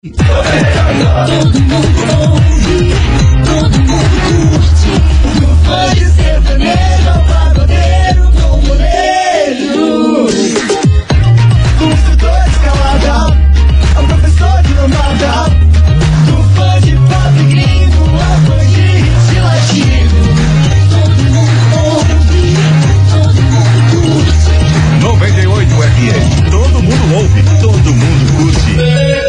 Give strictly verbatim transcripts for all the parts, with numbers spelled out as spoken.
Todo mundo ouve, todo mundo curte. No fã de sertanejo ao pagodeiro com moleiro. Consultor de calada, ao professor de lambada. Do fã de pop gringo ao fã de hit latino. Todo mundo ouve, todo mundo curte. noventa e oito F M. Todo mundo ouve, todo mundo curte.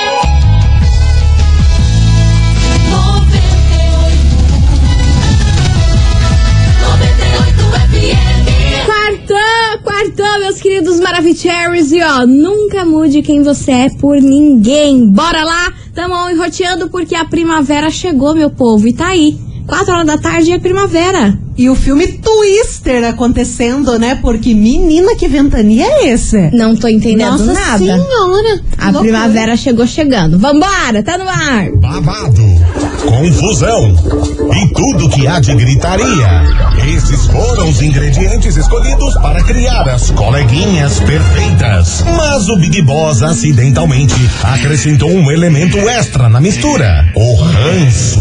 Quartou, meus queridos Maravicheries, e ó, nunca mude quem você é por ninguém. Bora lá, tamo enroteando porque a primavera chegou, meu povo, e tá aí. Quatro horas da tarde é primavera. E o filme Twister acontecendo, né? Porque menina, que ventania é esse? Não tô entendendo Nossa nada. Senhora, a loucura. Primavera chegou chegando. Vambora, tá no ar. Babado, confusão e tudo que há de gritaria. Esses foram os ingredientes escolhidos para criar as coleguinhas perfeitas. Mas o Big Boss acidentalmente acrescentou um elemento extra na mistura: o ranço.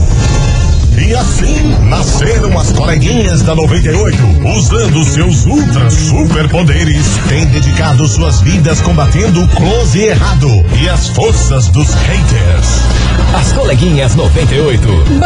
E assim nasceram as coleguinhas da noventa e oito, usando seus ultra superpoderes, têm dedicado suas vidas combatendo o close e errado e as forças dos haters. As coleguinhas noventa e oito.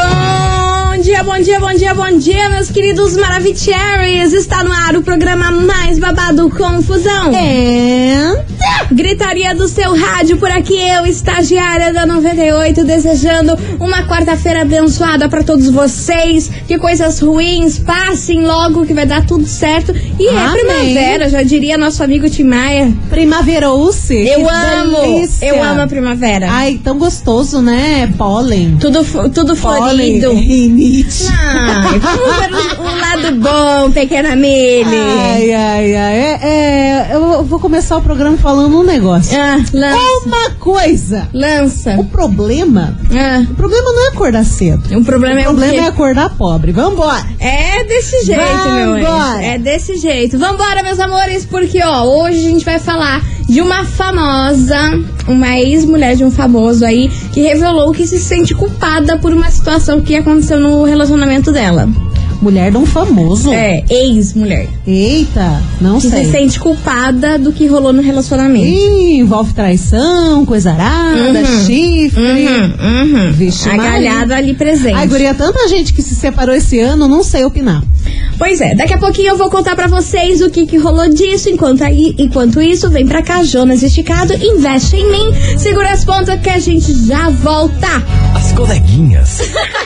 Bom dia, bom dia, bom dia, bom dia, meus queridos Maravicheries. Está no ar o programa mais babado, Confusão. É... Gritaria do seu rádio, por aqui eu, estagiária da noventa e oito, desejando uma quarta-feira abençoada pra todos vocês, que coisas ruins passem logo, que vai dar tudo certo. E Amém. É primavera, já diria nosso amigo Tim Maia. Primaverou-se. Eu amo, delícia. eu amo a primavera. Ai, tão gostoso, né? Pólen. Tudo, tudo Pólen, florido. rinite. Ai, vamos ver o, o lado bom, pequena Mili. Ai, ai, ai. É, é, eu vou começar o programa falando um negócio. Ah, lança. Uma coisa. Lança. O problema, Ah, o problema não é acordar cedo. o problema O é o problema quê? é acordar pobre. Vambora. É desse jeito, meu anjo. Vambora. É desse jeito. Vambora, meus amores, porque, ó, hoje a gente vai falar de uma famosa, uma ex-mulher de um famoso aí, que revelou que se sente culpada por uma situação que aconteceu no relacionamento dela. Mulher de um famoso. É, ex-mulher. Eita, não Que sei. se sente culpada do que rolou no relacionamento. Ih, envolve traição, coisa arada, Uhum. chifre. Uhum, uhum. Vixe, A Maria. galhada ali presente. Ai, guria, tanta gente que se separou esse ano, não sei opinar. Pois é, daqui a pouquinho eu vou contar pra vocês o que, que rolou disso. Enquanto, aí, enquanto isso, vem pra cá, Jonas Esticado, investe em mim, segura as pontas que a gente já volta. As coleguinhas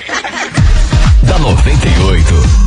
da noventa e oito.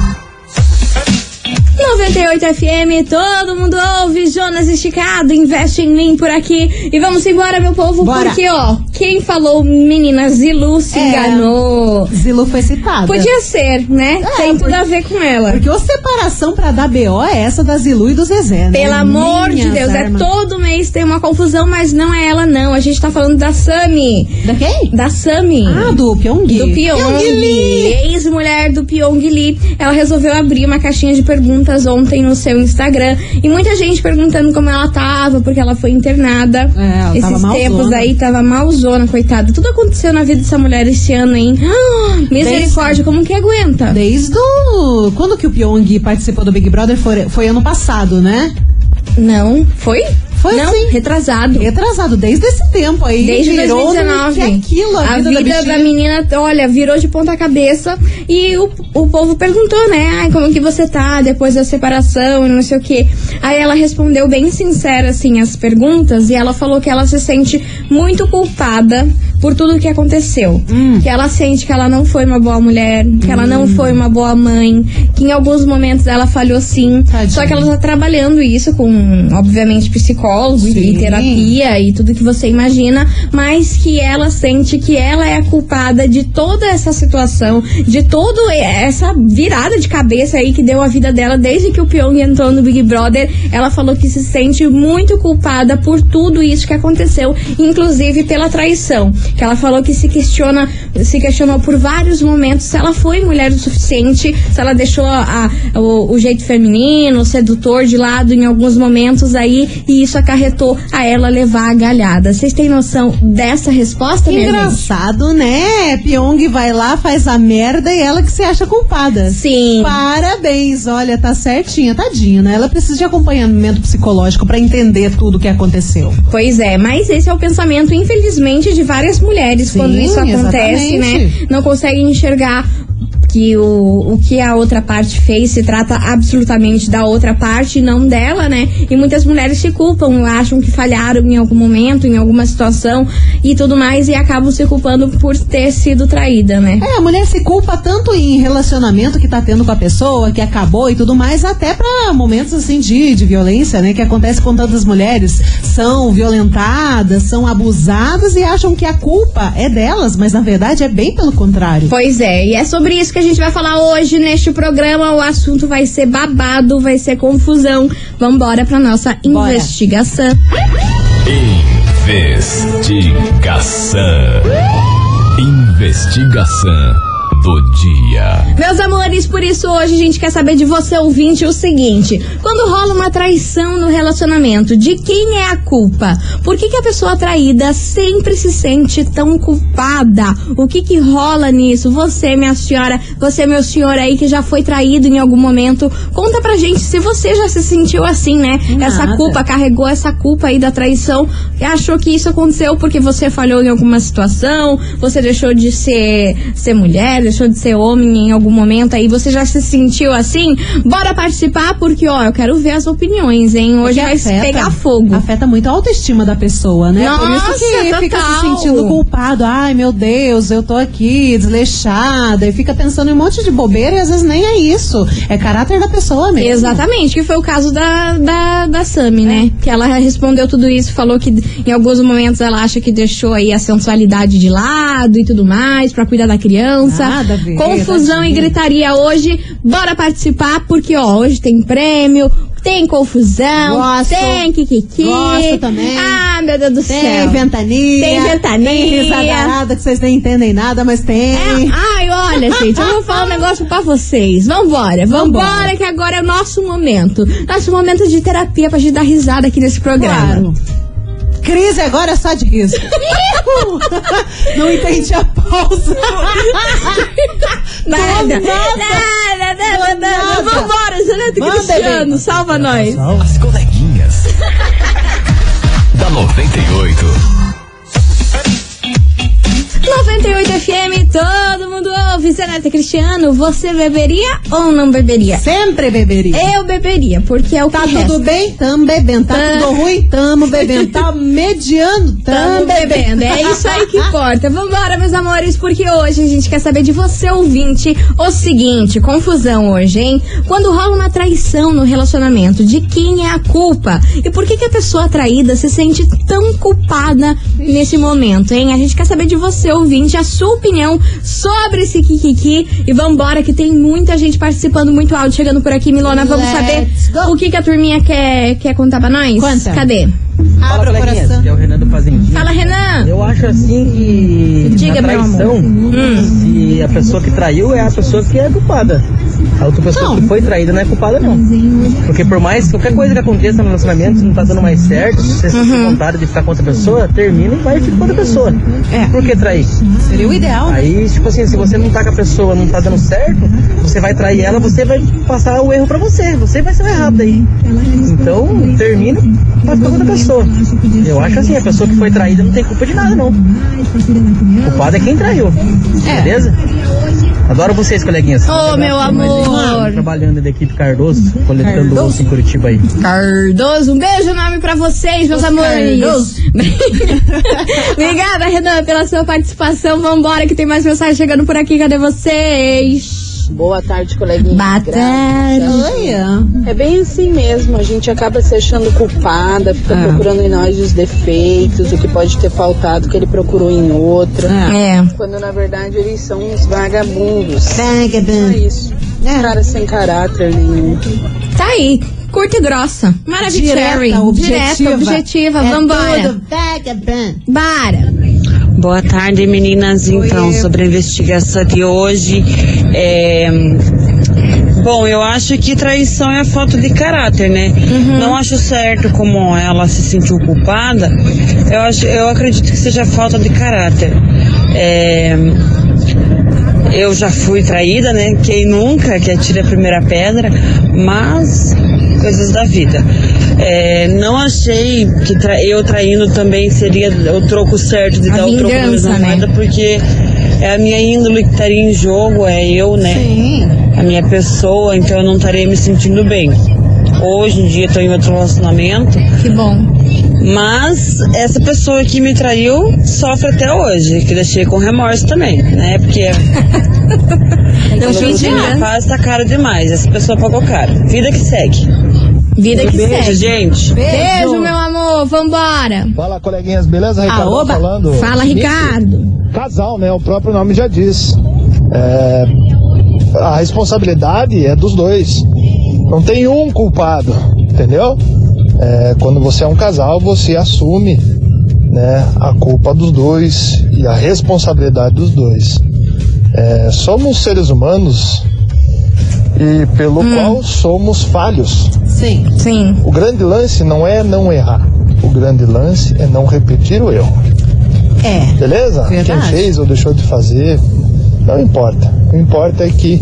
noventa e oito F M, todo mundo ouve, Jonas Esticado, investe em mim por aqui. E vamos embora, meu povo, Bora. porque, ó, quem falou menina Zilu se É. enganou. Zilu foi citada. Podia ser, né? É, Tem tudo porque- a ver com ela. Porque a separação pra dar B O é essa da Zilu e do Zezé, né? Pelo amor de Minhas Deus, armas. é todo mês tem uma confusão, mas não é ela, não. A gente tá falando da Sami. Da quem? Da Sami. Ah, do Pyong. Do Pyong Lee, ex-mulher do Pyong Lee. Ela resolveu abrir uma caixinha de perguntas ontem no seu Instagram. E muita gente perguntando como ela tava, porque ela foi internada. É, ela Esses tava tempos malzona. aí tava malzona, coitada. Tudo aconteceu na vida dessa mulher esse ano, hein? Ah, misericórdia, como que aguenta? Desde o... Quando que o Pyong participou do Big Brother? Foi, foi ano passado, né? Não, foi? Foi Não, sim. retrasado. Retrasado, desde esse tempo aí. Desde virou dois mil e dezenove. Que é aquilo, a, a vida, vida, da, da, bichinha. menina, olha, virou de ponta cabeça. E o, o povo perguntou, né? Ai, como que você tá depois da separação e não sei o quê. Aí ela respondeu bem sincera, assim, as perguntas. E ela falou que ela se sente muito culpada por tudo que aconteceu. Hum. Que ela sente que ela não foi uma boa mulher, que ela não foi uma boa mãe, que em alguns momentos ela falhou sim. Tadinha. Só que ela tá trabalhando isso com, obviamente, psicólogo Sim. e terapia e tudo que você imagina, mas que ela sente que ela é a culpada de toda essa situação, de toda essa virada de cabeça aí que deu a vida dela desde que o Pyong entrou no Big Brother. Ela falou que se sente muito culpada por tudo isso que aconteceu, inclusive pela traição. que ela falou que se questiona, se questionou por vários momentos se ela foi mulher o suficiente, se ela deixou a, a, o, o jeito feminino, o sedutor de lado em alguns momentos aí, e isso acarretou a ela levar a galhada. Vocês têm noção dessa resposta, minha gente? Engraçado, né? Pyong vai lá, faz a merda e ela que se acha culpada. Sim. Parabéns, olha, tá certinha, tadinha, né? Ela precisa de acompanhamento psicológico pra entender tudo o que aconteceu. Pois é, mas esse é o pensamento, infelizmente, de várias mulheres. Sim, quando isso acontece, exatamente. Né? Não conseguem enxergar que o, o que a outra parte fez se trata absolutamente da outra parte e não dela, né? E muitas mulheres se culpam, acham que falharam em algum momento, em alguma situação e tudo mais, e acabam se culpando por ter sido traída, né? É, a mulher se culpa tanto em relacionamento que tá tendo com a pessoa, que acabou e tudo mais, até pra momentos assim de, de violência, né? Que acontece com tantas mulheres, são violentadas, são abusadas e acham que a culpa é delas, mas na verdade é bem pelo contrário. Pois é, e é sobre isso que a gente vai falar hoje neste programa. O assunto vai ser babado, vai ser confusão. Vambora pra nossa Bora. investigação. Investigação. Investigação do dia. Meus amores, por isso hoje a gente quer saber de você, ouvinte, o seguinte: quando rola uma traição no relacionamento, de quem é a culpa? Por que que a pessoa traída sempre se sente tão culpada? O que que rola nisso? Você, minha senhora, você, meu senhor aí que já foi traído em algum momento, conta pra gente se você já se sentiu assim, né? Nada. Essa culpa, carregou essa culpa aí da traição, achou que isso aconteceu porque você falhou em alguma situação, você deixou de ser, ser mulher, deixou de ser homem em algum momento aí, você já se sentiu assim? Bora participar, porque ó, eu quero ver as opiniões, hein? Hoje vai afeta, pegar fogo. Afeta muito a autoestima da pessoa, né? Nossa, por isso que total. fica se sentindo culpado. Ai, meu Deus, eu tô aqui desleixada, e fica pensando em um monte de bobeira e às vezes nem é isso. É caráter da pessoa mesmo. Exatamente, que foi o caso da, da, da Sami, né? Que ela respondeu tudo isso, falou que em alguns momentos ela acha que deixou aí a sensualidade de lado e tudo mais, pra cuidar da criança. Nada a ver, Confusão tadinha. e gritaria hoje. Bora participar, porque ó, hoje tem prêmio, tem confusão, Gosto. tem kikiki. Gosto também. Ah, meu Deus do Tem céu. ventania. Tem ventania. Tem risadarada que vocês nem entendem nada, mas tem. É, ai, olha, gente, eu vou falar um negócio pra vocês. Vambora, vambora, Vambora. que agora é o nosso momento. Nosso momento de terapia pra gente dar risada aqui nesse programa. Claro. Crise agora é só de riso. Não entendi a pausa. Nada, nada. nada, nada, nada. nada. Vambora, Janete Manda, Cristiano, bebê. salva nós. As coleguinhas da noventa e oito. noventa e oito F M, todo mundo ouve. Janete Cristiano, você beberia ou não beberia? Sempre beberia. Eu beberia, porque é o Tá que tudo resta. bem? Tamo bebendo. Tá Tá. tudo ruim? Tamo bebendo. Tá mediano? Tamo Tamo bebendo, é isso aí que importa. Vambora, meus amores, porque hoje a gente quer saber de você, ouvinte, o seguinte: confusão hoje, hein? Quando rola uma traição no relacionamento, de quem é a culpa? E por que que a pessoa traída se sente tão culpada nesse momento, hein? A gente quer saber de você, ouvinte, a sua opinião sobre esse kikiki. E vambora, que tem muita gente participando, muito áudio chegando por aqui, Milona. Vamos Let's saber go. o que que a turminha quer, quer contar pra nós? Conta. Cadê? Abra o coleguinhas, coração. que é o Renan do Fazendinha. Fala, Renan. Eu acho assim que Diga, a meu amor. traição, Hum. se a pessoa que traiu é a pessoa que é culpada. A outra pessoa Não. que foi traída não é culpada, não. Porque por mais qualquer coisa que aconteça no relacionamento, se não tá dando mais certo, se você Uhum. tem vontade de ficar com outra pessoa, termina e vai ficar com outra pessoa. É. Por que trair? Seria o ideal, né? Aí, tipo assim, se você não tá com a pessoa, não tá dando certo, você vai trair ela, você vai passar o erro pra você. Você vai ser o errado aí. Então, termina pra ficar com outra pessoa. Eu acho assim, a pessoa que foi traída não tem culpa de nada, não. O culpado é quem traiu. É. Beleza? Adoro vocês, coleguinhas. Ô, meu amor. Trabalhando da equipe Cardoso, coletando Cardoso. osso em Curitiba aí. Cardoso, um beijo enorme pra vocês, meus Os amores. Cardoso. Obrigada, Renan, pela sua participação. Vambora, que tem mais mensagem chegando por aqui. Cadê vocês? Boa tarde, coleguinha. Boa tarde. Olha. É bem assim mesmo, a gente acaba se achando culpada, fica Ah. procurando em nós os defeitos, o que pode ter faltado que ele procurou em outra. É. Quando na verdade eles são uns vagabundos. É Vagabundo. isso. É. Cara sem caráter nenhum. Tá aí, curta e grossa. Maravilha, Direta, Cherry. objetiva. Direta, objetiva. É Vambora. tudo vagabundo. Bara. Boa tarde, meninas. Então, Oi. sobre a investigação de hoje, é... bom, eu acho que traição é falta de caráter, né? Uhum. Não acho certo como ela se sentiu culpada. Eu, acho, eu acredito que seja falta de caráter. É... Eu já fui traída, né? Quem nunca, que atire a primeira pedra, mas coisas da vida. É, não achei que tra- eu traindo também seria o troco certo de A dar o troco da mesma vingança, moeda, né? porque é a minha índole que estaria em jogo, é eu, né? Sim. A minha pessoa, então eu não estaria me sentindo bem. Hoje em dia estou em outro relacionamento, Que bom. mas essa pessoa que me traiu sofre até hoje, que deixei com remorso também, né? Porque Não quando fiz você vingança. faz, tá caro demais. Essa pessoa pagou caro. Vida que segue. Vida que Beijo, segue. gente. Beijo, meu amor. Vambora. Fala, coleguinhas, beleza? Ricardo oba. falando. Fala, Nick, Ricardo. Casal, né? O próprio nome já diz. É, a responsabilidade é dos dois. Não tem um culpado, entendeu? É, quando você é um casal, você assume, né, a culpa dos dois e a responsabilidade dos dois. É, somos seres humanos e pelo Hum. qual somos falhos. Sim. Sim. O grande lance não é não errar. O grande lance é não repetir o erro. É. Beleza? Verdade. Quem fez ou deixou de fazer, não importa. O que importa é que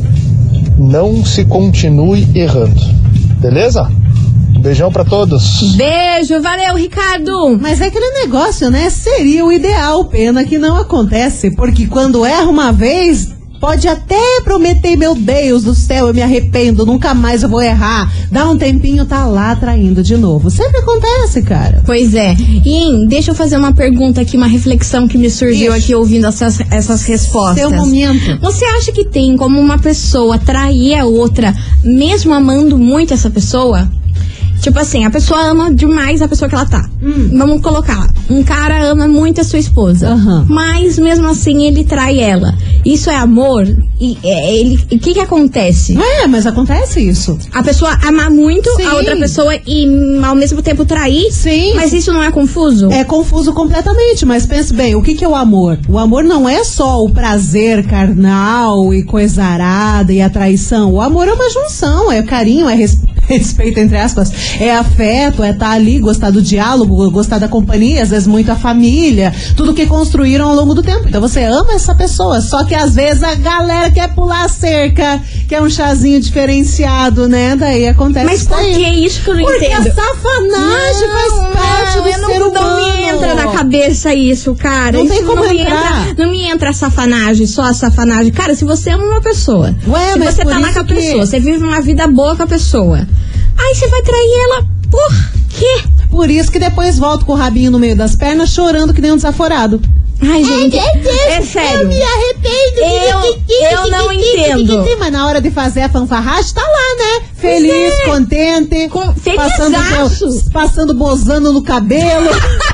não se continue errando. Beleza? Um beijão pra todos. Beijo. Valeu, Ricardo. Mas é aquele negócio, né? Seria o ideal, pena que não acontece. Porque quando erra uma vez, pode até prometer, meu Deus do céu, eu me arrependo, nunca mais eu vou errar. Dá um tempinho, tá lá traindo de novo. Sempre acontece, cara. Pois é. E, deixa eu fazer uma pergunta aqui, uma reflexão que me surgiu Ixi. aqui ouvindo essas, essas respostas. Seu momento. Você acha que tem como uma pessoa trair a outra, mesmo amando muito essa pessoa? Tipo assim, a pessoa ama demais a pessoa que ela tá. Hum. Vamos colocar, um cara ama muito a sua esposa, Aham. mas mesmo assim ele trai ela. Isso é amor? E é, ele, o que que acontece? É, mas acontece isso. A pessoa amar muito Sim. a outra pessoa e ao mesmo tempo trair? Sim. Mas isso não é confuso? É confuso completamente, mas pense bem, o que, que é o amor? O amor não é só o prazer carnal e coisa arada e a traição. O amor é uma junção, é carinho, é res- respeito, entre aspas, é afeto, é estar ali, gostar do diálogo, gostar da companhia, às vezes muito a família, tudo que construíram ao longo do tempo. Então você ama essa pessoa, só que às vezes a galera quer pular a cerca, quer um chazinho diferenciado, né? Daí acontece Mas isso por aí. que isso que eu não Porque entendo? a safanagem faz parte não, do eu não, ser não humano. me entra na cabeça isso, cara. Não Isso tem como não me entrar. entra, não me entra a safanagem, só a safanagem. Cara, se você ama uma pessoa, Ué, se mas você por tá lá isso com a que- pessoa, você vive uma vida boa com a pessoa, aí você vai trair ela, por quê? Por isso que depois volto com o rabinho no meio das pernas, chorando que nem um desaforado. Ai, gente, é sério. Eu me arrependo. Eu- eu não entendo. Mas na hora de fazer a fanfarragem, tá lá, né? Feliz, é. contente. Com- passando, felizaço. teu- passando bozando no cabelo.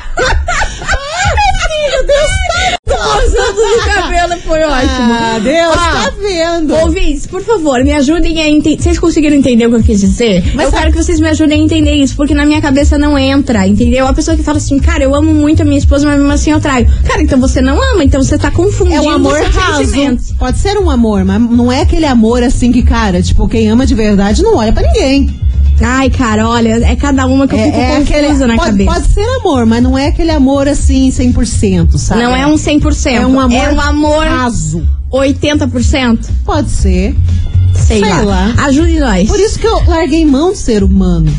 Meu Deus, Gozando no cabelo foi ótimo. Ah, Deus, Ah, tá vendo? Ouvintes, por favor, me ajudem a entender. Vocês conseguiram entender o que eu quis dizer? Mas eu sabe- quero que vocês me ajudem a entender isso, porque na minha cabeça não entra, entendeu? A pessoa que fala assim, cara, eu amo muito a minha esposa, mas mesmo assim eu traio. Cara, então você não ama, então você tá confundindo É um amor os seus raso. sentimentos. Pode ser um amor, mas não é aquele amor assim que, cara, tipo, quem ama de verdade não olha pra ninguém. Ai, cara, olha, é cada uma que eu fico confusa aquele, na pode, cabeça. pode ser amor, mas não é aquele amor assim cem por cento, sabe? Não é um cem por cento. É um amor, é um amor raso. oitenta por cento. Pode ser. Sei, Sei lá. lá. Ajude nós. Por isso que eu larguei mão de ser humano.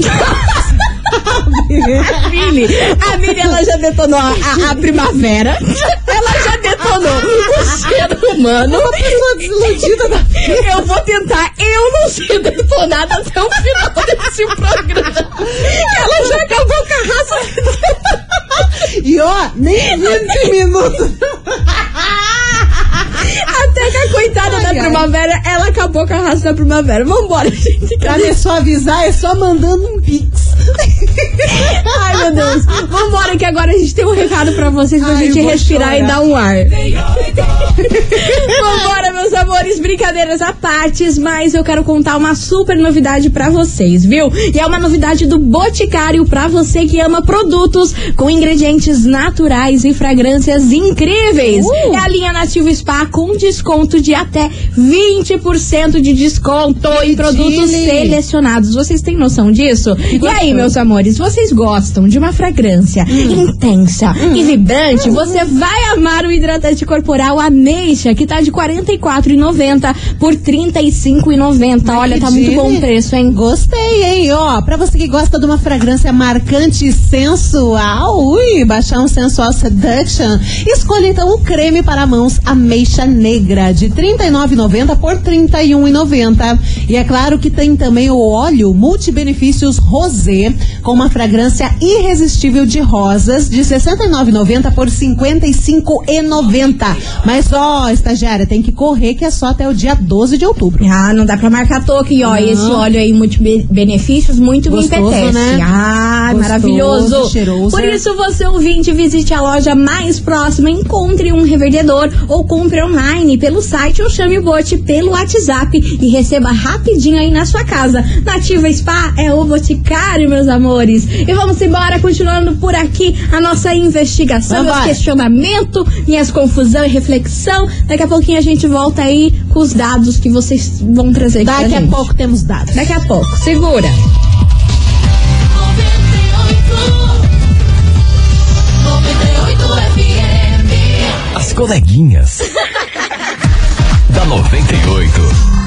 A Mili, a Mili, ela já detonou a, a- a primavera. Ela já detonou o ser humano. Uma pessoa desiludida da Eu vou tentar eu não ser detonada até o final desse programa. Ela já acabou com a raça. E ó, nem vinte minutos. Até que a coitada Ai, da ai. primavera, ela acabou com a raça da primavera. Vambora, gente. Pra me suavizar, é só mandando um pix. Ai, meu Deus. Vambora que agora a gente tem um recado pra vocês pra Ai, gente respirar chorar. e dar um ar. Vambora, meus amores, brincadeiras à parte, mas eu quero contar uma super novidade pra vocês, viu? E é uma novidade do Boticário pra você que ama produtos com ingredientes naturais e fragrâncias incríveis. Uh. É a linha Nativa Spa com desconto de até vinte por cento de desconto em produtos selecionados. Vocês têm noção disso? E aí, meus amores, vocês gostam de uma fragrância hum. intensa hum. e vibrante? Hum. Você vai amar o hidratante corporal Ameixa, que tá de quarenta e quatro reais e noventa centavos por trinta e cinco reais e noventa centavos. Olha, tá muito bom o preço, hein? Gostei, hein? Ó, pra você que gosta de uma fragrância marcante e sensual, ui, baixar um sensual seduction, escolha então o creme para mãos Ameixa Negra, de trinta e nove reais e noventa centavos por trinta e um reais e noventa centavos. E é claro que tem também o óleo multibenefícios Rosé, com uma fragrância irresistível de rosas, de sessenta e nove reais e noventa centavos por cinquenta e cinco reais e noventa centavos. Mas ó, estagiária, tem que correr que é só até o dia doze de outubro. Ah, não dá pra marcar toque, ó. Não. Esse óleo aí, multibenefícios, muito Gostoso, me apetece. Né? Ah, Gostoso, maravilhoso. Cheiroso. Por isso, você ouvinte, visite a loja mais próxima, encontre um revendedor ou compre online pelo site ou chame o Bote pelo WhatsApp e receba rapidinho aí na sua casa. Nativa Spa é o Boticário, meus amores. E vamos embora, continuando por aqui a nossa investigação, meus questionamentos, minhas confusão e reflexão. Daqui a pouquinho a gente volta aí com os dados que vocês vão trazer aqui pra gente. Daqui a pouco temos dados. Daqui a pouco, segura. As coleguinhas da noventa e oito.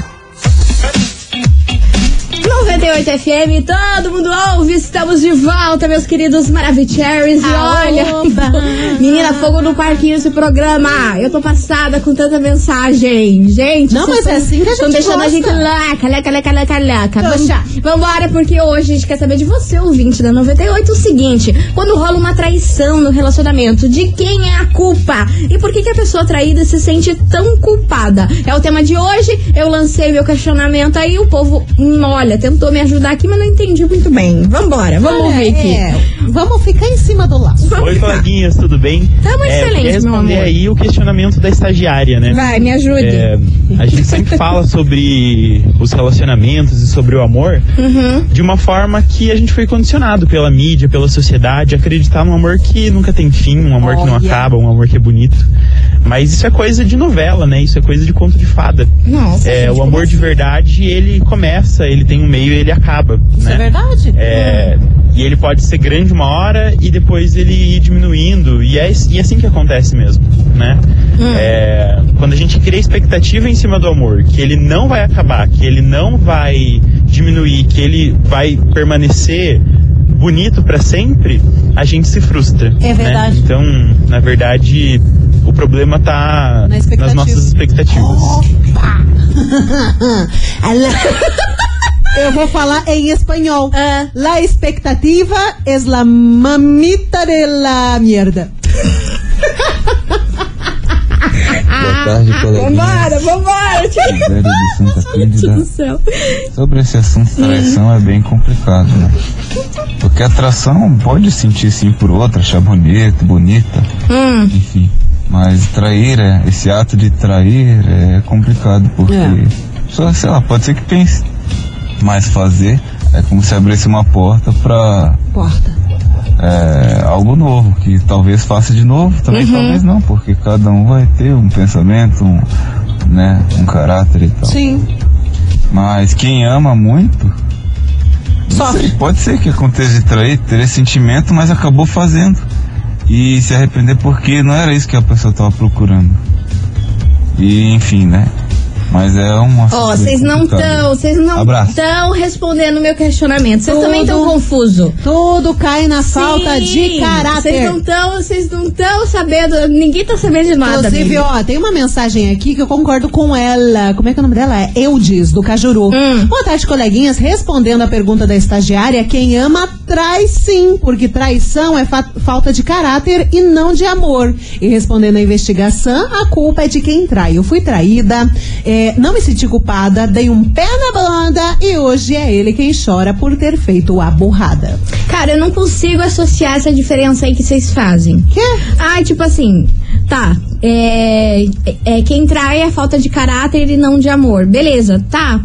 noventa e oito F M, todo mundo ouve, estamos de volta, meus queridos Maravicheries. E olha, menina, fogo no parquinho esse programa. Eu tô passada com tanta mensagem. Gente, não, mas é assim que a gente estão deixando gosta. a gente louca, louca, louca, louca, louca. Vamos, vambora, porque hoje a gente quer saber de você, ouvinte da noventa e oito, o seguinte: quando rola uma traição no relacionamento, de quem é a culpa? E por que que a pessoa traída se sente tão culpada? É o tema de hoje. Eu lancei meu questionamento aí, o povo, hum, olha, tentou me ajudar aqui, mas não entendi muito bem. Vambora, vamos Olha, ouvir aqui. É, vamos ficar em cima do laço. Oi, coleguinhas, tudo bem? Tamo é, excelente, eu meu amor. responder aí o questionamento da estagiária, né? Vai, me ajude. É, a gente sempre fala sobre os relacionamentos e sobre o amor Uhum. de uma forma que a gente foi condicionado pela mídia, pela sociedade, a acreditar num amor que nunca tem fim, um amor que não Olha. acaba, um amor que é bonito. Mas isso é coisa de novela, né? Isso é coisa de conto de fada. Nossa, É, gente, o amor de verdade, ele começa, ele tem um meio e ele acaba. Isso né? é verdade? É, e ele pode ser grande uma hora e depois ele ir diminuindo. E é, e é assim que acontece mesmo, né? Hum. É, quando a gente cria expectativa em cima do amor, que ele não vai acabar, que ele não vai diminuir, que ele vai permanecer bonito pra sempre, a gente se frustra. É verdade. Né? Então, na verdade, o problema tá Na expectativa. nas nossas expectativas. Opa! Eu vou falar em espanhol. Ah. La expectativa es la mamita de la mierda. Boa tarde, coleguinha. Vambora, vambora, tio. Velho de Santa Gente Clínica. do céu. Sobre esse assunto, traição é bem complicado, né? Porque atração pode sentir sim por outra, achar bonito, bonita, Hum. enfim. Mas trair, é, esse ato de trair é complicado, porque É. só, sei lá, pode ser que pense, mas fazer é como se abrisse uma porta pra Porta. é, algo novo, que talvez faça de novo, também Uhum. talvez não, porque cada um vai ter um pensamento, um, né, um caráter e tal. Sim. Mas quem ama muito, não Sofre. sei, pode ser que aconteça de trair, ter esse sentimento, mas acabou fazendo. E se arrepender porque não era isso que a pessoa estava procurando. E enfim, né? Mas é uma... Ó, vocês não estão, vocês não Abraço. estão respondendo o meu questionamento. Vocês Tudo. também estão confusos. Tudo cai na falta de Vocês caráter. não estão, vocês não estão sabendo, ninguém tá sabendo de nada. Inclusive, amigo. ó, tem uma mensagem aqui que eu concordo com ela. Como é que é o nome dela? É Eudes, do Cajuru. Hum. Boa tarde, coleguinhas. Respondendo a pergunta da estagiária, quem ama trai sim, porque traição é fa- falta de caráter e não de amor. E respondendo a investigação, a culpa é de quem trai. Eu fui traída, é, É, não me senti culpada, dei um pé na banda e hoje é ele quem chora por ter feito a burrada. Cara, eu não consigo associar essa diferença aí que vocês fazem. Quê? Ah, tipo assim, tá, é, é, quem trai é falta de caráter e não de amor. Beleza, tá.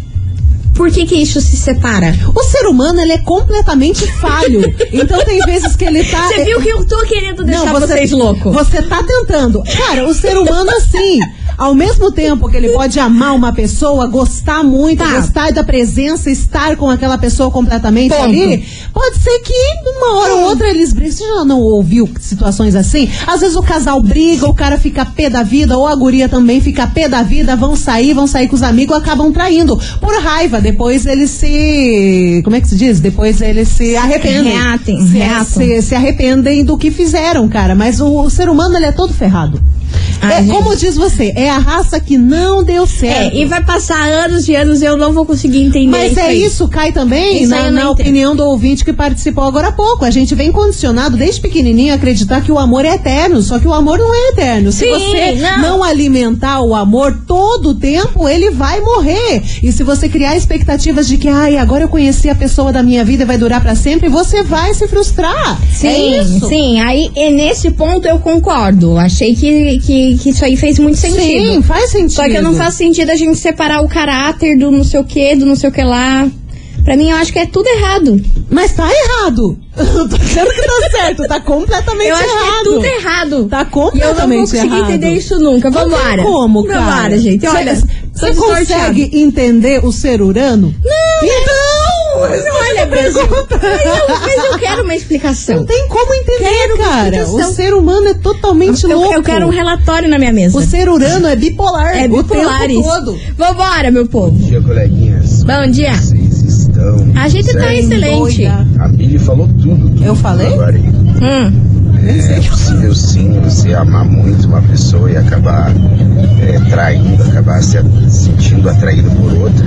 Por que que isso se separa? O ser humano, ele é completamente falho. Então tem vezes que ele tá... Você viu que eu tô querendo deixar Não, você, vocês loucos. Você tá tentando. Cara, o ser humano assim... Ao mesmo tempo que ele pode amar uma pessoa, gostar muito, Tá. gostar da presença, estar com aquela pessoa completamente Ponto. ali, pode ser que uma hora ou outra eles brigam. Você já não ouviu situações assim? Às vezes o casal briga, o cara fica pé da vida, ou a guria também fica pé da vida, vão sair, vão sair com os amigos, acabam traindo. Por raiva, depois eles se... Como é que se diz? Depois eles se arrependem. Reatem, se, reatam. se, se arrependem do que fizeram, cara. Mas o, o ser humano, ele é todo ferrado. Ai, é, gente. como diz você, é a raça que não deu certo. É, e vai passar anos e anos e eu não vou conseguir entender Mas isso é aí. isso, cai também Isso aí na, eu não na entendo. opinião do ouvinte que participou agora há pouco. A gente vem condicionado desde pequenininho a acreditar que o amor é eterno, só que o amor não é eterno. Se Sim, você não. não alimentar o amor todo o tempo, ele vai morrer. E se você criar expectativas de que, ai, agora eu conheci a pessoa da minha vida e vai durar pra sempre, você vai se frustrar. Sim, é isso. sim, aí e nesse ponto eu concordo. Achei que, que, que isso aí fez muito sentido. Sim, faz sentido. Só que não faz sentido a gente separar o caráter do não sei o que, do não sei o que lá. Pra mim, eu acho que é tudo errado. Mas tá errado. Eu tô dizendo que tá certo, tá completamente Eu acho errado. que é tudo errado. Tá E eu não completamente vou conseguir errado. entender isso nunca. Não Vambora. tem como, cara. Vambora, gente. Olha, Cê- tô Você desnorteada. consegue entender o ser Urano? Não! Então! Não, olha, Brasil. Mas eu, mas eu quero uma explicação. Não tem como entender, Quero uma cara. explicação. O ser humano é totalmente Eu, louco. eu quero um relatório na minha mesa. O ser Urano é bipolar. É o bipolares. tempo todo. Vambora, meu povo. Bom dia, coleguinhas. Bom dia. Vocês estão. A gente tá certo? excelente. Doida. A Billy falou tudo. tudo Eu falei? tudo agora aí. Hum. É possível sim você amar muito uma pessoa e acabar é, traindo, acabar se sentindo atraído por outra.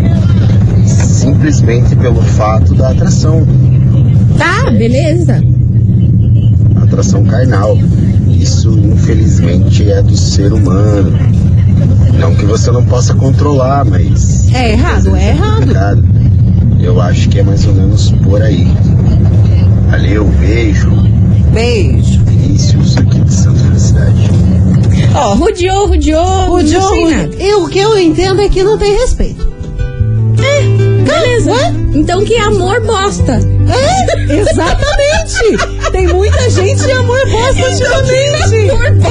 Simplesmente pelo fato da atração. Tá, beleza. Atração carnal. Isso, infelizmente, é do ser humano. Não que você não possa controlar, mas... É errado, é errado. complicado. Eu acho que é mais ou menos por aí. Valeu, beijo. Beijo. Vinícius, aqui de Santa Felicidade. Ó, rodeou, rodeou, O não John, sei nada. eu, o que eu entendo é que não tem respeito. Beleza. Ué? Então que amor bosta. É, exatamente. Tem muita gente de amor bosta ultimamente.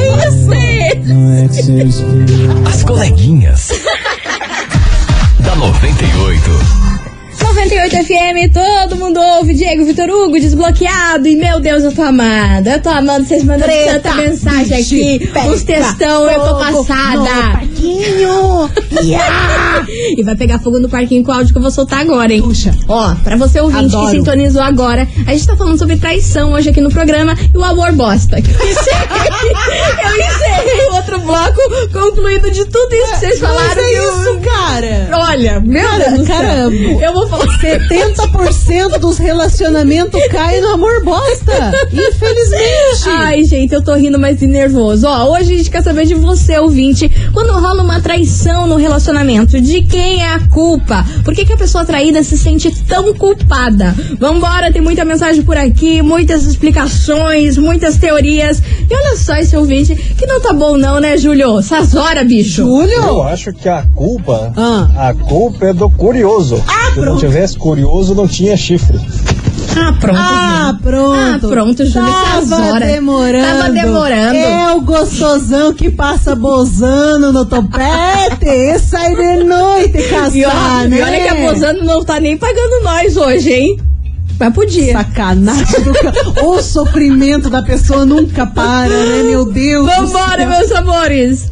É isso. As coleguinhas. Da noventa e oito. noventa e oito F M, todo mundo ouve. Diego Vitor Hugo, desbloqueado. E meu Deus, eu tô amada. Eu tô amando. Vocês mandam Treta, tanta mensagem bicho, aqui. pega Os textão, eu tô fogo passada. no parquinho. Yeah. E vai pegar fogo no parquinho com o áudio que eu vou soltar agora, hein? Puxa. Ó, pra você ouvinte Adoro. que sintonizou agora, a gente tá falando sobre traição hoje aqui no programa e o amor bosta. Eu encerrei, eu encerrei o outro bloco concluindo de tudo isso que vocês falaram. Mas é que eu- isso, cara. Olha, meu Cara, Deus do céu. caramba. Eu vou falar. setenta por cento dos relacionamentos caem no amor bosta. Infelizmente. Ai, gente, eu tô rindo, mas de nervoso. Ó, hoje a gente quer saber de você, ouvinte. Quando rola uma traição no relacionamento, de quem é a culpa? Por que, que a pessoa traída se sente tão culpada? Vambora, tem muita mensagem por aqui, muitas explicações, muitas teorias. E olha só esse ouvinte, que não tá bom não, né, Júlio? Essas horas, bicho. Júlio? Eu acho que a culpa, Ah. a culpa é do curioso. Ah, Se não pronto. tivesse curioso, não tinha chifre. Ah, pronto. Ah, Júlio. pronto. Ah, pronto, Júlio. Essas Tava horas. demorando. Tava demorando. É o gostosão que passa bozando no topete e sai de noite casar, E olha, né? e olha que a Bozano não tá nem pagando nós hoje, hein? Mas podia. Sacanagem do ca... O sofrimento da pessoa nunca para, né? Meu Deus. do Vambora, céu. meus amores.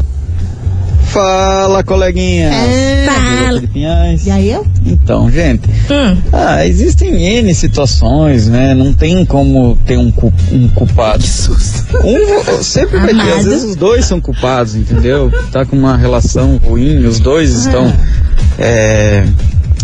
Fala, coleguinha. É. Fala. De Pinhais. E aí eu? Então, gente, Hum. ah, existem N situações, né? Não tem como ter um, cu- um culpado. Um sempre vai ter, Amado. às vezes os dois são culpados, entendeu? Tá com uma relação ruim, os dois estão é,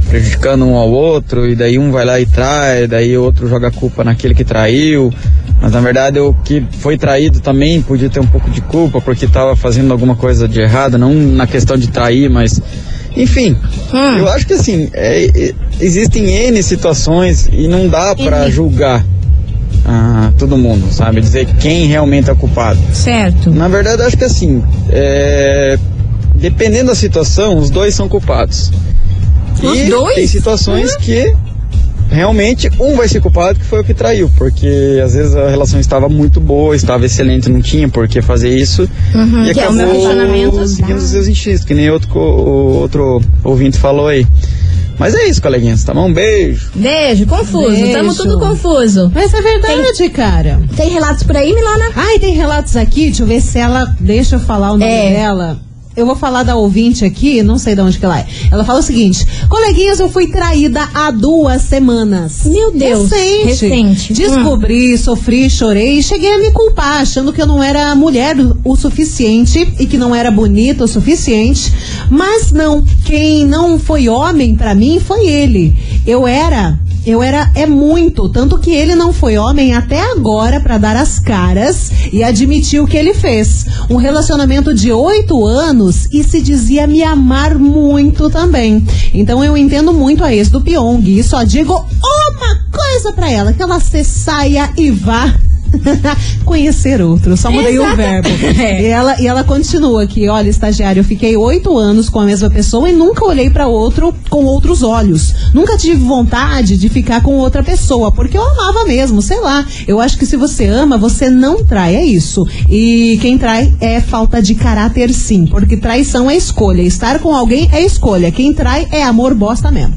prejudicando um ao outro, e daí um vai lá e trai, daí o outro joga a culpa naquele que traiu, mas na verdade o que foi traído também podia ter um pouco de culpa, porque estava fazendo alguma coisa de errado, não na questão de trair, mas enfim, hum. eu acho que assim, é, é, existem N situações e não dá pra uhum. julgar ah, todo mundo, sabe? Dizer quem realmente é o culpado. Certo. Na verdade, eu acho que assim, é, dependendo da situação, os dois são culpados. Os e dois? Tem situações hum. que realmente um vai ser culpado, que foi o que traiu, porque às vezes a relação estava muito boa, estava excelente, não tinha por que fazer isso, uhum, e que acabou é o meu questionamento. seguindo os seus instintos, que nem outro, outro ouvinte falou aí. Mas é isso, coleguinhas, tá bom? Um beijo. Beijo, confuso, Beijo. Tamo tudo confuso. Mas é verdade, tem, cara. Tem relatos por aí, Milona? Ai, tem relatos aqui, deixa eu ver se ela deixa eu falar o nome é. dela. Eu vou falar da ouvinte aqui, não sei de onde que ela é. Ela fala o seguinte: coleguinhas, eu fui traída há duas semanas. Meu Deus. Recente. Recente. Descobri, hum. sofri, chorei e cheguei a me culpar, achando que eu não era mulher o suficiente e que não era bonita o suficiente. Mas não, quem não foi homem pra mim foi ele. Eu era... Eu era, é muito, tanto que ele não foi homem até agora pra dar as caras e admitir o que ele fez. Um relacionamento de oito anos e se dizia me amar muito também. Então eu entendo muito a ex do Pyong e só digo uma coisa pra ela, que ela se saia e vá conhecer outro, só mudei Exato. o verbo. É. E, ela, e ela continua aqui: olha, estagiário, eu fiquei oito anos com a mesma pessoa e nunca olhei pra outro com outros olhos. Nunca tive vontade de ficar com outra pessoa, porque eu amava mesmo, sei lá. Eu acho que se você ama, você não trai, é isso. E quem trai é falta de caráter, sim, porque traição é escolha. Estar com alguém é escolha. Quem trai é amor bosta mesmo.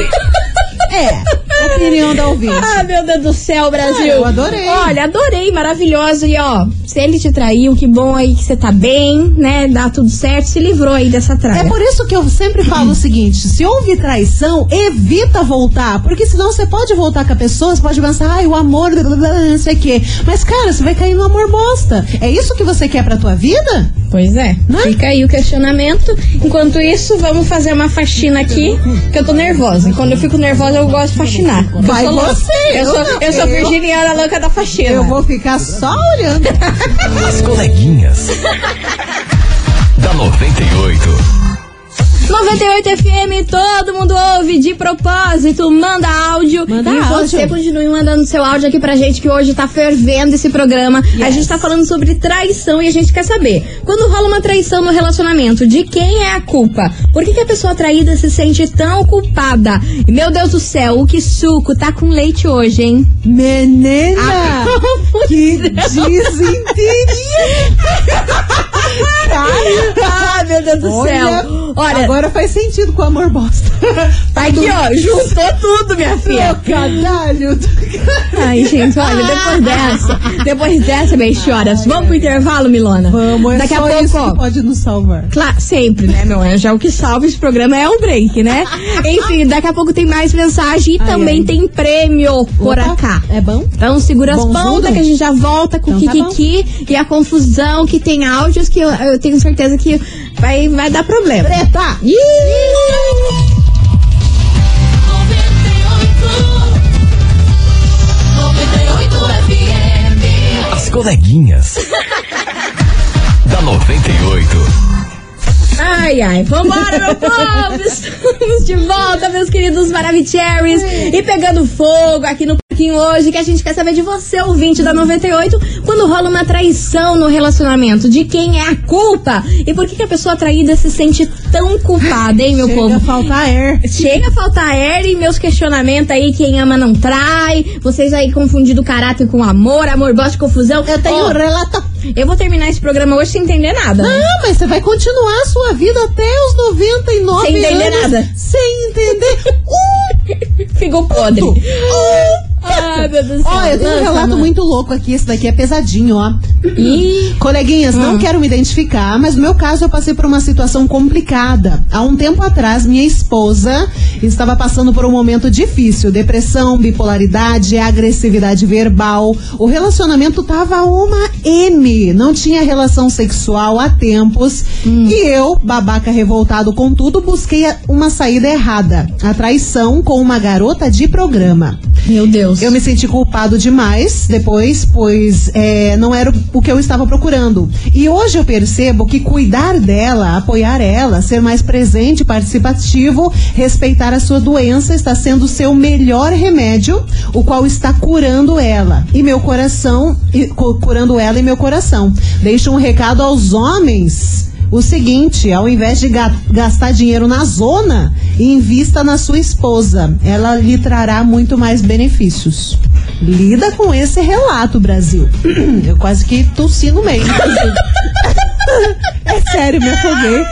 É, opinião da ouvinte. Ah, meu Deus do céu, Brasil. Ah, eu adorei. Olha, adorei, maravilhoso. E ó, se ele te traiu, que bom aí que você tá bem, né? Dá tudo certo, se livrou aí dessa traia. É por isso que eu sempre falo o seguinte: se houve traição, evita voltar. Porque senão você pode voltar com a pessoa, você pode pensar, ai, o amor, blá, blá, blá, não sei o quê. Mas, cara, você vai cair no amor bosta. É isso que você quer pra tua vida? Pois é. Não? Fica aí o questionamento. Enquanto isso, vamos fazer uma faxina aqui, que eu tô nervosa. E quando eu fico nervosa, eu gosto de faxinar. Vai eu você! Eu, eu, sou, não, eu sou virginiana louca da faxina. Eu vou ficar só olhando. As coleguinhas da noventa e oito. noventa e oito F M, todo mundo ouve de propósito, manda áudio. Manda e áudio. Você continue mandando seu áudio aqui pra gente, que hoje tá fervendo esse programa. Yes. A gente tá falando sobre traição e a gente quer saber, quando rola uma traição no relacionamento, de quem é a culpa? Por que, que a pessoa traída se sente tão culpada? E, meu Deus do céu, o que suco tá com leite hoje, hein? Menina! Ah, que desinteria! Ah, meu Deus do Olha, céu. Olha, agora faz sentido com o amor bosta. Tá aqui, ó, juntou tudo, minha filha. Trocadalho. Ai, gente, olha, depois dessa, depois dessa, beijoras, vamos pro intervalo, Milona? Vamos, é Daqui só a pouco, isso ó, que pode nos salvar. Claro, sempre, né, meu anjo? É o que salva esse programa, é o break, né? Enfim, daqui a pouco tem mais mensagem e ai, também ai. tem prêmio por Opa, cá. É bom? Então segura bom as pontas que a gente já volta com o então Kikiki tá e a confusão, que tem áudios que eu, eu tenho certeza que vai, vai dar problema. Treta! Ih! As coleguinhas da noventa e oito. Ai, ai, vambora, meu povo! Estamos de volta, meus queridos Maravicheries. E pegando fogo aqui no pouquinho hoje, que a gente quer saber de você, ouvinte da noventa e oito, quando rola uma traição no relacionamento, de quem é a culpa? E por que, que a pessoa traída se sente tão culpada, hein, meu Chega povo? Chega a faltar air. Chega a faltar air e meus questionamentos aí, quem ama não trai, vocês aí confundindo caráter com amor, amor, bosta, confusão. Eu tenho oh, um relato. Eu vou terminar esse programa hoje sem entender nada. Não, né? mas você vai continuar a sua vida até os noventa e nove anos. Sem entender anos, nada. Sem entender. Uh, Ficou podre. Uh, Ai, meu Deus do céu. Ó, eu tenho um Lança, relato mano. muito louco aqui. Esse daqui é pesadinho, ó. Ih. Coleguinhas, não Hum. quero me identificar, mas no meu caso eu passei por uma situação complicada. Há um tempo atrás, minha esposa estava passando por um momento difícil. Depressão, bipolaridade, agressividade verbal. O relacionamento tava uma M. Não tinha relação sexual há tempos. Hum. E eu, babaca revoltado com tudo, busquei a- uma saída errada. A traição com uma garota de programa. Meu Deus. Eu me senti culpado demais depois, pois é, não era o que eu estava procurando. E hoje eu percebo que cuidar dela, apoiar ela, ser mais presente, participativo, respeitar a sua doença está sendo o seu melhor remédio, o qual está curando ela e meu coração, e, cu- curando ela e meu coração. Deixo um recado aos homens. O seguinte, ao invés de ga- gastar dinheiro na zona, invista na sua esposa. Ela lhe trará muito mais benefícios. Lida com esse relato, Brasil. Eu quase que tossi no meio. É sério, me afoguei.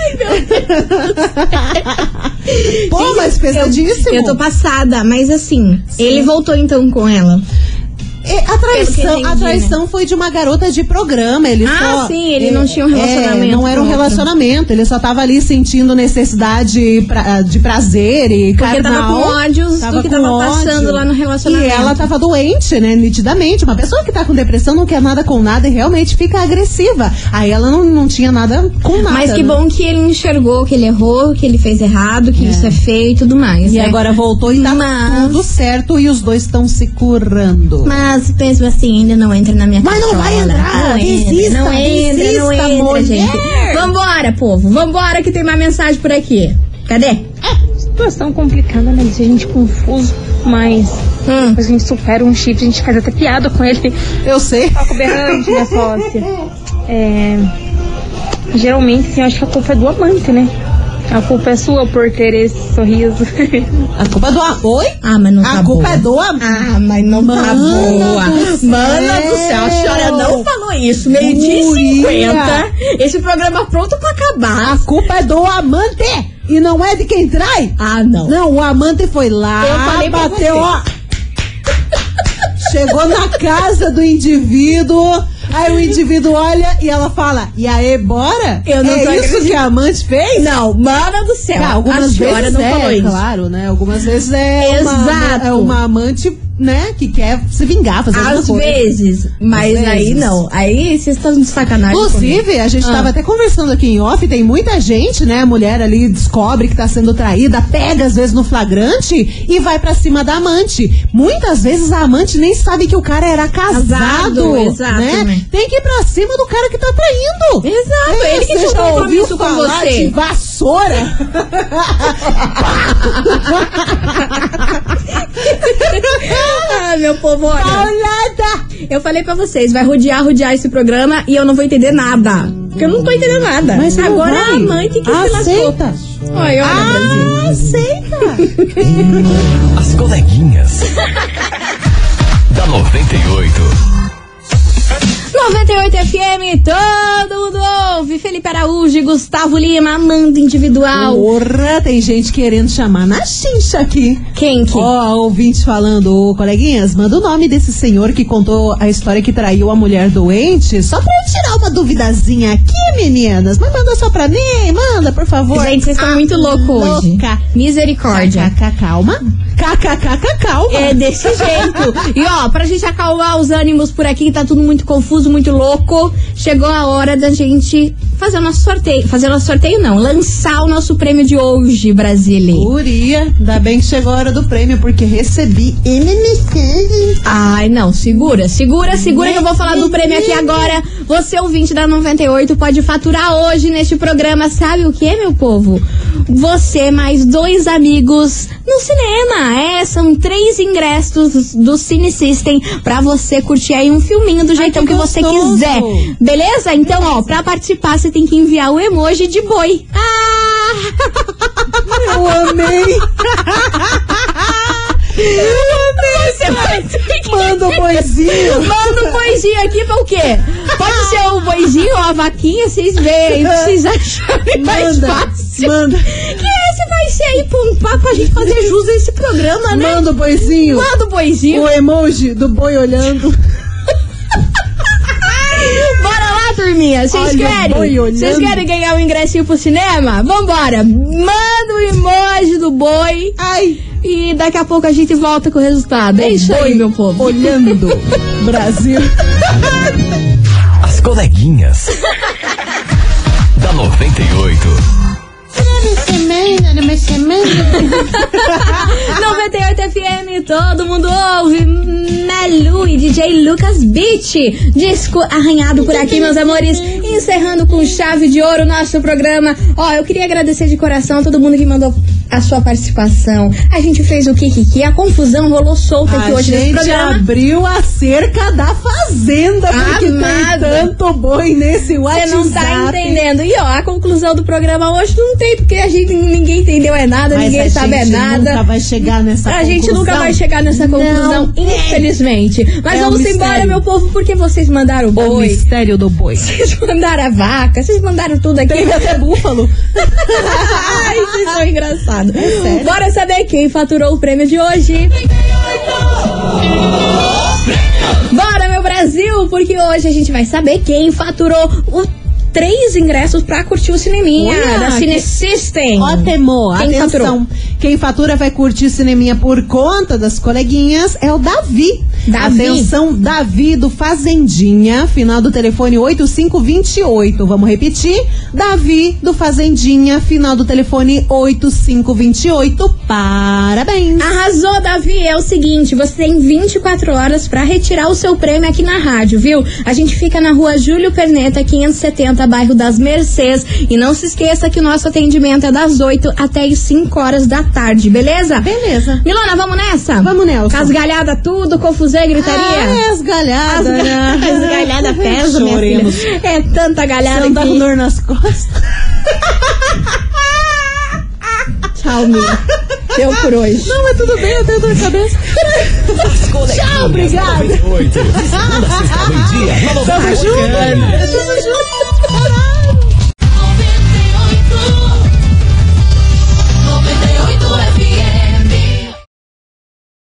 Pô, mas pesadíssimo. Eu, eu tô passada, mas assim, ele voltou então com ela. É, a Pelo que eu traição, entendi, a traição foi de uma garota de programa. Ele Ah, só, sim, ele é, não tinha um relacionamento é, não era um com outra. relacionamento. Ele só tava ali sentindo necessidade pra- de prazer e Porque carnal. tava com ódios do que com tava passando ódio. lá no relacionamento. E ela tava doente, né? Nitidamente. Uma pessoa que tá com depressão não quer nada com nada e realmente fica agressiva. Aí ela não, não tinha nada com nada. Mas que né? bom que ele enxergou que ele errou, que ele fez errado, que isso é feio e tudo mais. E né? agora voltou e tá Mas- tudo certo e os dois estão se curando. Mas penso assim, ainda não entra na minha Mas não cachola. vai entrar, Não entra, desista, não entra, desista, não entra, mulher. gente. Vambora, povo, vambora que tem mais mensagem por aqui. Cadê? Situação complicada, né? Deixa a gente confuso, mas depois que a gente supera um chifre, a gente faz até piada com ele. Eu sei. Toca o berrante, minha sócia. É, geralmente, assim, eu acho que a culpa é do amante, né? A culpa é sua por ter esse sorriso. A culpa é do amante. Oi? Ah, mas não A tá culpa boa. é do amante. Ah, mas não tá Mana boa. do Mana do céu, a senhora não falou isso. Meio-dia e Guria. cinquenta. Esse programa pronto pra acabar. A culpa é do amante e não é de quem trai. Ah, não. Não, o amante foi lá, Eu falei pra bateu, você. ó. Chegou na casa do indivíduo. Aí o indivíduo olha e ela fala: e aí, bora? Eu não é tô isso acreditando. que a amante fez? Não, mana do céu. Tá, algumas a senhora vezes não é, falou isso. claro, né? Algumas vezes é uma, Exato. é uma amante, né, que quer se vingar, fazer alguma Às coisa. vezes, mas Às aí vezes. não. Aí vocês estão de sacanagem. Inclusive, comigo. a gente Ah. tava até conversando aqui em off, tem muita gente, né? A mulher ali descobre que tá sendo traída, pega às vezes no flagrante e vai pra cima da amante. Muitas vezes a amante nem sabe que o cara era casado, Casado, exato, né? né? Tem que ir pra cima do cara que tá traindo. Exato, ele que você tinha um já ouviu compromisso com falar você. de vassoura? Ah, meu povo, olha. Paulada! Eu falei pra vocês, vai rodear, rodear esse programa e eu não vou entender nada. Porque eu não tô entendendo nada. Mas você não agora vai? a amante que se lascou. Aceita. Olha, olha, Brasil. Aceita. As coleguinhas. Da noventa e oito. noventa e oito F M, todo mundo ouve. Felipe Araújo e Gustavo Lima, Amanda Individual. Porra, tem gente querendo chamar na chincha aqui. Quem que? Ó, ouvinte falando, ô, coleguinhas, manda o nome desse senhor que contou a história que traiu a mulher doente, só pra eu tirar uma duvidazinha aqui, meninas. Mas manda só pra mim, manda, por favor. Gente, vocês estão muito loucos hoje. louca. Misericórdia. Kkk, calma. Kkk, calma. É desse jeito. E ó, pra gente acalmar os ânimos por aqui, que tá tudo muito confuso, muito louco, chegou a hora da gente fazer o nosso sorteio. Fazer o nosso sorteio não, lançar o nosso prêmio de hoje, Brasília. Guria, ainda bem que chegou a hora do prêmio, porque recebi M M C. Ai, não, segura, segura, segura que eu vou falar do prêmio aqui agora. Você, ouvinte da noventa e oito, pode faturar hoje neste programa, sabe o que, meu povo? Você mais dois amigos no cinema. É, são três ingressos do Cine System pra você curtir aí um filminho do jeitão que, que você gostoso. quiser. Beleza? Então, ó, pra participar você tem que enviar o emoji de boi. Ah! Eu amei. Você vai ter que... Manda o boizinho. Manda um boizinho aqui pra o quê? Pode ser o boizinho ou a vaquinha, vocês veem, vocês acharem mais Manda, fácil. manda. Que esse vai Vai ser aí pompar pra gente fazer jus a esse programa, né? Manda o boizinho. Manda o boizinho. O emoji do boi olhando. Bora lá, turminha. Vocês querem? Vocês querem ganhar um ingressinho pro cinema? Vambora. Manda o emoji do boi. Ai. E daqui a pouco a gente volta com o resultado. É isso aí, meu povo. Olhando. Brasil. As coleguinhas. Da noventa e oito. noventa e oito F M, todo mundo ouve. Melu e D J Lucas Beach. Disco arranhado por aqui, meus amores. Encerrando com chave de ouro o nosso programa. Ó, eu queria agradecer de coração todo mundo que mandou a sua participação. A gente fez o Kikiki, a confusão rolou solta aqui a hoje nesse programa. A gente abriu a cerca da fazenda, porque Amado. tem tanto boi nesse WhatsApp. Você não tá entendendo. E ó, a conclusão do programa hoje não tem, porque a gente, ninguém entendeu é nada, Mas ninguém a sabe é gente nada. nunca vai chegar nessa a conclusão. gente nunca vai chegar nessa conclusão, Não. infelizmente. Mas É um vamos mistério. embora, meu povo, porque vocês mandaram o O boi. mistério do boi. Vocês mandaram a vaca, vocês mandaram tudo aqui. Teve até búfalo. Ai, vocês são engraçados. É sério? Bora saber quem faturou o prêmio de hoje. Bora, meu Brasil, porque hoje a gente vai saber quem faturou o três ingressos pra curtir o cineminha Olha, da Cine que- System. Ótimo, Quem atenção. faturou? Quem fatura vai curtir cineminha por conta das coleguinhas é o Davi. Davi. Atenção, Davi do Fazendinha, final do telefone oito cinco dois oito. Vamos repetir? Davi do Fazendinha, final do telefone oito cinco dois oito. Parabéns. Arrasou, Davi. É o seguinte, você tem vinte e quatro horas pra retirar o seu prêmio aqui na rádio, viu? A gente fica na rua Júlio Perneta, quinhentos e setenta, bairro das Mercês. E não se esqueça que o nosso atendimento é das oito até as cinco horas da tarde, beleza? Beleza. Milona, vamos nessa? Vamos, Nelson. Casgalhada tudo, confusão e gritaria? Ah, é as galhadas, As, né? as galhadas pesam, minha Choremos. filha. É tanta galhada Você não tá com que... dor nas costas? Tchau, Mila. Deu por hoje. Não, mas tudo bem, eu tenho dor de cabeça. Tchau, obrigada. noventa e oito. De segunda a sexta, meio-dia. Tamo junto. Tamo junto.